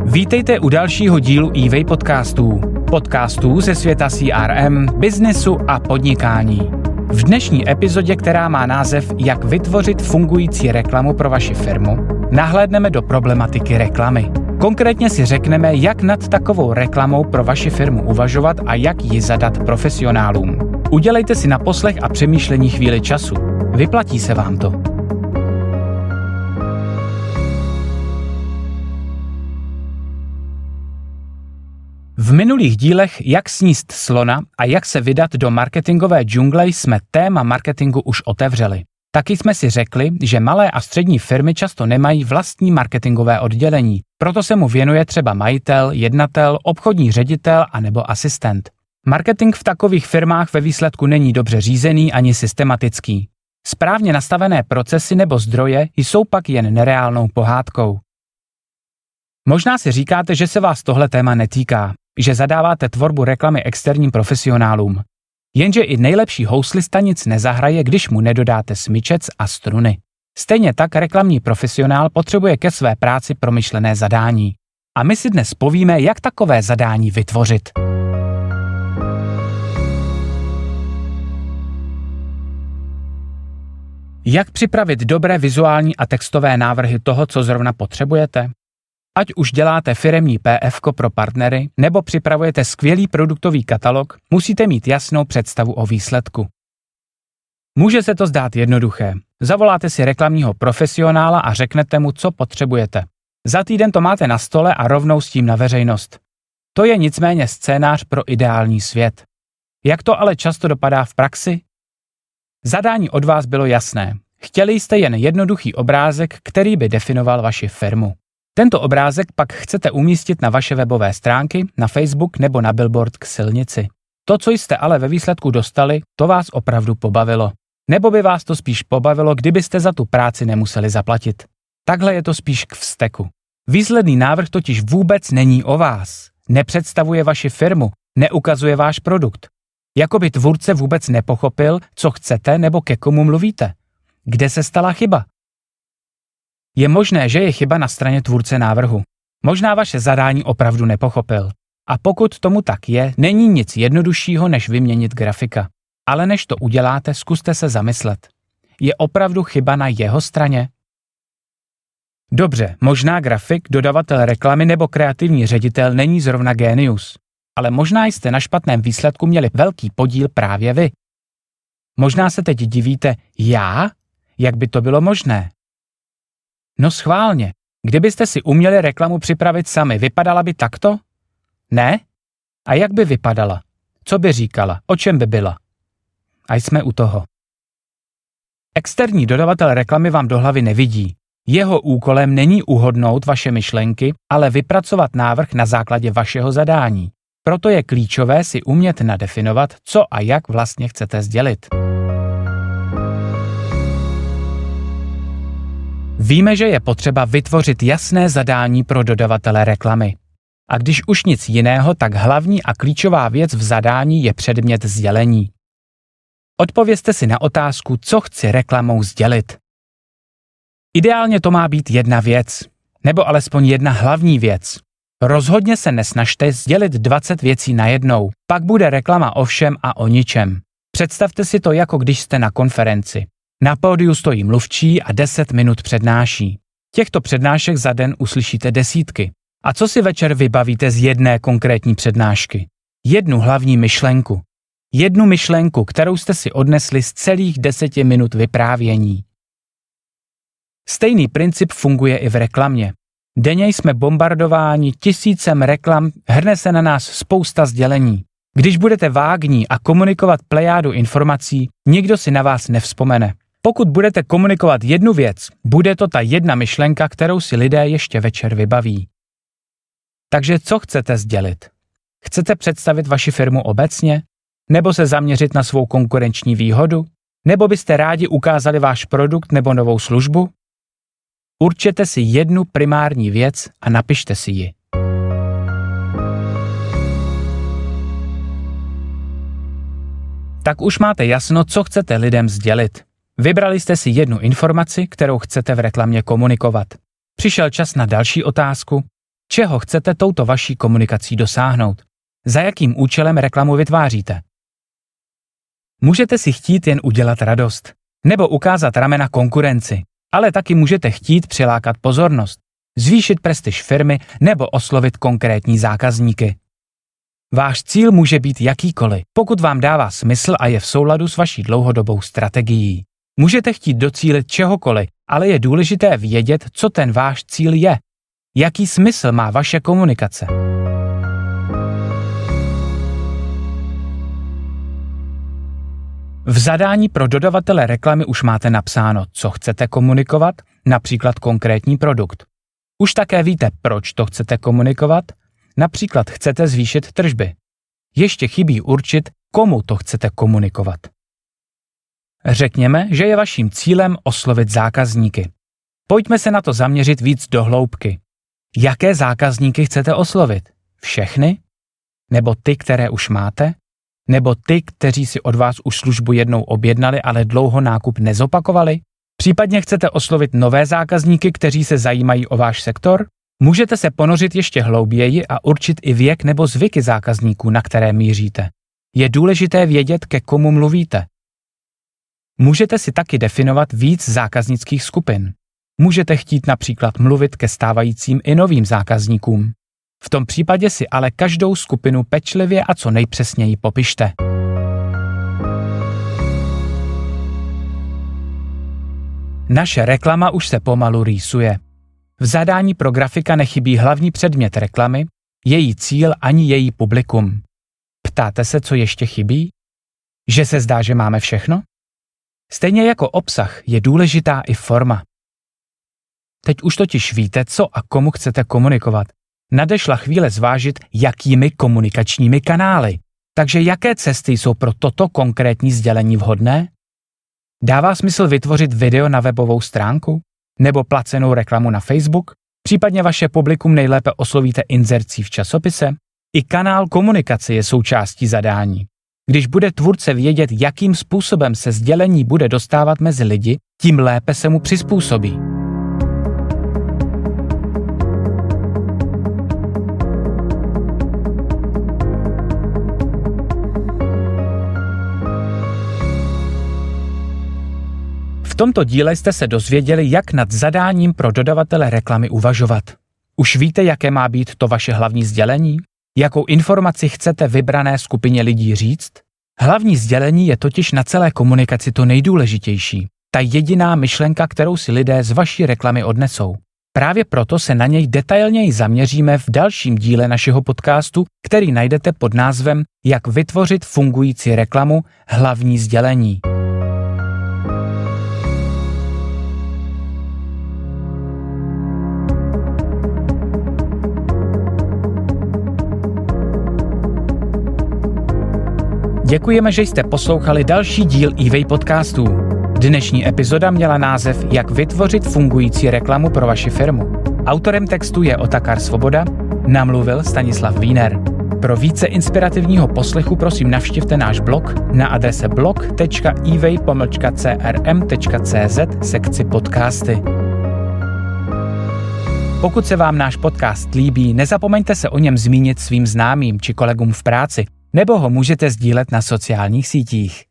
Vítejte u dalšího dílu eWay podcastů. Podcastů ze světa CRM, biznesu a podnikání. V dnešní epizodě, která má název Jak vytvořit fungující reklamu pro vaši firmu, nahlédneme do problematiky reklamy. Konkrétně si řekneme, jak nad takovou reklamou pro vaši firmu uvažovat a jak ji zadat profesionálům. Udělejte si na poslech a přemýšlení chvíli času. Vyplatí se vám to. V minulých dílech Jak sníst slona a jak se vydat do marketingové džungle jsme téma marketingu už otevřeli. Taky jsme si řekli, že malé a střední firmy často nemají vlastní marketingové oddělení, proto se mu věnuje třeba majitel, jednatel, obchodní ředitel a nebo asistent. Marketing v takových firmách ve výsledku není dobře řízený ani systematický. Správně nastavené procesy nebo zdroje jsou pak jen nereálnou pohádkou. Možná si říkáte, že se vás tohle téma netýká, že zadáváte tvorbu reklamy externím profesionálům. Jenže i nejlepší houslista nic nezahraje, když mu nedodáte smyčec a struny. Stejně tak reklamní profesionál potřebuje ke své práci promyšlené zadání. A my si dnes povíme, jak takové zadání vytvořit. Jak připravit dobré vizuální a textové návrhy toho, co zrovna potřebujete? Ať už děláte firemní PFko pro partnery, nebo připravujete skvělý produktový katalog, musíte mít jasnou představu o výsledku. Může se to zdát jednoduché. Zavoláte si reklamního profesionála a řeknete mu, co potřebujete. Za týden to máte na stole a rovnou s tím na veřejnost. To je nicméně scénář pro ideální svět. Jak to ale často dopadá v praxi? Zadání od vás bylo jasné. Chtěli jste jen jednoduchý obrázek, který by definoval vaši firmu. Tento obrázek pak chcete umístit na vaše webové stránky, na Facebook nebo na billboard k silnici. To, co jste ale ve výsledku dostali, to vás opravdu pobavilo. Nebo by vás to spíš pobavilo, kdybyste za tu práci nemuseli zaplatit. Takhle je to spíš k vzteku. Výsledný návrh totiž vůbec není o vás. Nepředstavuje vaši firmu, neukazuje váš produkt. Jakoby tvůrce vůbec nepochopil, co chcete nebo ke komu mluvíte. Kde se stala chyba? Je možné, že je chyba na straně tvůrce návrhu. Možná vaše zadání opravdu nepochopil. A pokud tomu tak je, není nic jednoduššího, než vyměnit grafika. Ale než to uděláte, zkuste se zamyslet. Je opravdu chyba na jeho straně? Dobře, možná grafik, dodavatel reklamy nebo kreativní ředitel není zrovna génius. Ale možná jste na špatném výsledku měli velký podíl právě vy. Možná se teď divíte, já? Jak by to bylo možné? No schválně, kdybyste si uměli reklamu připravit sami, vypadala by takto? Ne? A jak by vypadala? Co by říkala? O čem by byla? A jsme u toho. Externí dodavatel reklamy vám do hlavy nevidí. Jeho úkolem není uhodnout vaše myšlenky, ale vypracovat návrh na základě vašeho zadání. Proto je klíčové si umět nadefinovat, co a jak vlastně chcete sdělit. Víme, že je potřeba vytvořit jasné zadání pro dodavatele reklamy. A když už nic jiného, tak hlavní a klíčová věc v zadání je předmět sdělení. Odpovězte si na otázku, co chci reklamou sdělit. Ideálně to má být jedna věc, nebo alespoň jedna hlavní věc. Rozhodně se nesnažte sdělit 20 věcí najednou, pak bude reklama o všem a o ničem. Představte si to, jako když jste na konferenci. Na pódiu stojí mluvčí a 10 minut přednáší. Těchto přednášek za den uslyšíte desítky. A co si večer vybavíte z jedné konkrétní přednášky? Jednu hlavní myšlenku. Jednu myšlenku, kterou jste si odnesli z celých 10 minut vyprávění. Stejný princip funguje i v reklamě. Denně jsme bombardováni tisícem reklam, hrne se na nás spousta sdělení. Když budete vágní a komunikovat plejádu informací, nikdo si na vás nevzpomene. Pokud budete komunikovat jednu věc, bude to ta jedna myšlenka, kterou si lidé ještě večer vybaví. Takže co chcete sdělit? Chcete představit vaši firmu obecně? Nebo se zaměřit na svou konkurenční výhodu? Nebo byste rádi ukázali váš produkt nebo novou službu? Určete si jednu primární věc a napište si ji. Tak už máte jasno, co chcete lidem sdělit. Vybrali jste si jednu informaci, kterou chcete v reklamě komunikovat. Přišel čas na další otázku. čeho chcete touto vaší komunikací dosáhnout, za jakým účelem reklamu vytváříte. Můžete si chtít jen udělat radost, nebo ukázat ramena konkurenci, ale taky můžete chtít přilákat pozornost, zvýšit prestiž firmy nebo oslovit konkrétní zákazníky. Váš cíl může být jakýkoliv, pokud vám dává smysl a je v souladu s vaší dlouhodobou strategií. Můžete chtít docílit čehokoliv, ale je důležité vědět, co ten váš cíl je. Jaký smysl má vaše komunikace? V zadání pro dodavatele reklamy už máte napsáno, co chcete komunikovat, například konkrétní produkt. Už také víte, proč to chcete komunikovat, například chcete zvýšit tržby. Ještě chybí určit, komu to chcete komunikovat. Řekněme, že je vaším cílem oslovit zákazníky. Pojďme se na to zaměřit víc do hloubky. Jaké zákazníky chcete oslovit? Všechny? Nebo ty, které už máte? Nebo ty, kteří si od vás už službu jednou objednali, ale dlouho nákup nezopakovali? Případně chcete oslovit nové zákazníky, kteří se zajímají o váš sektor? Můžete se ponořit ještě hlouběji a určit i věk nebo zvyky zákazníků, na které míříte. Je důležité vědět, ke komu mluvíte. Můžete si taky definovat víc zákaznických skupin. Můžete chtít například mluvit ke stávajícím i novým zákazníkům. V tom případě si ale každou skupinu pečlivě a co nejpřesněji popište. Naše reklama už se pomalu rýsuje. V zadání pro grafika nechybí hlavní předmět reklamy, její cíl ani její publikum. Ptáte se, co ještě chybí? Že se zdá, že máme všechno? Stejně jako obsah je důležitá i forma. Teď už totiž víte, co a komu chcete komunikovat. Nadešla chvíle zvážit, jakými komunikačními kanály. Takže jaké cesty jsou pro toto konkrétní sdělení vhodné? Dává smysl vytvořit video na webovou stránku? Nebo placenou reklamu na Facebook? Případně vaše publikum nejlépe oslovíte inzercí v časopise? I kanál komunikace je součástí zadání. Když bude tvůrce vědět, jakým způsobem se sdělení bude dostávat mezi lidi, tím lépe se mu přizpůsobí. V tomto díle jste se dozvěděli, jak nad zadáním pro dodavatele reklamy uvažovat. Už víte, jaké má být to vaše hlavní sdělení? Jakou informaci chcete vybrané skupině lidí říct? Hlavní sdělení je totiž na celé komunikaci to nejdůležitější. Ta jediná myšlenka, kterou si lidé z vaší reklamy odnesou. Právě proto se na něj detailněji zaměříme v dalším díle našeho podcastu, který najdete pod názvem Jak vytvořit fungující reklamu, hlavní sdělení. Děkujeme, že jste poslouchali další díl eWay podcastů. Dnešní epizoda měla název Jak vytvořit fungující reklamu pro vaši firmu. Autorem textu je Otakar Svoboda, namluvil Stanislav Wiener. Pro více inspirativního poslechu prosím navštivte náš blog na adrese blog.eway-crm.cz sekci podcasty. Pokud se vám náš podcast líbí, nezapomeňte se o něm zmínit svým známým či kolegům v práci, nebo ho můžete sdílet na sociálních sítích.